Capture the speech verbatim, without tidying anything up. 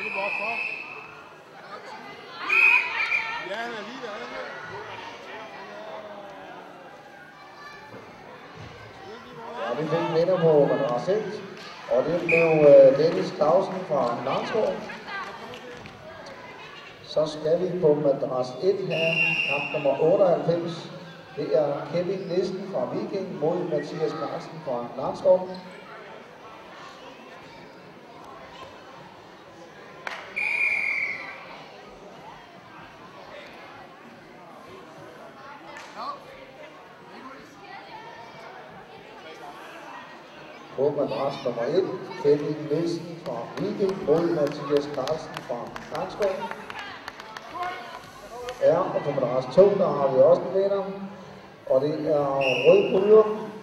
Og vi fik en vinder på madras et, og det blev Dennis Clausen fra Narnskov. Så skal vi på madras et have kamp nummer otteoghalvfems. Det er Kevin Nielsen fra Viking mod Mathias Carlsen fra Narnskov. På madras nummer et, Kevin Nielsen fra Viking mod Mathias Carlsen fra Narnskov. Ja, og på madras to, der har vi også en vinder, og det er Rød Bryder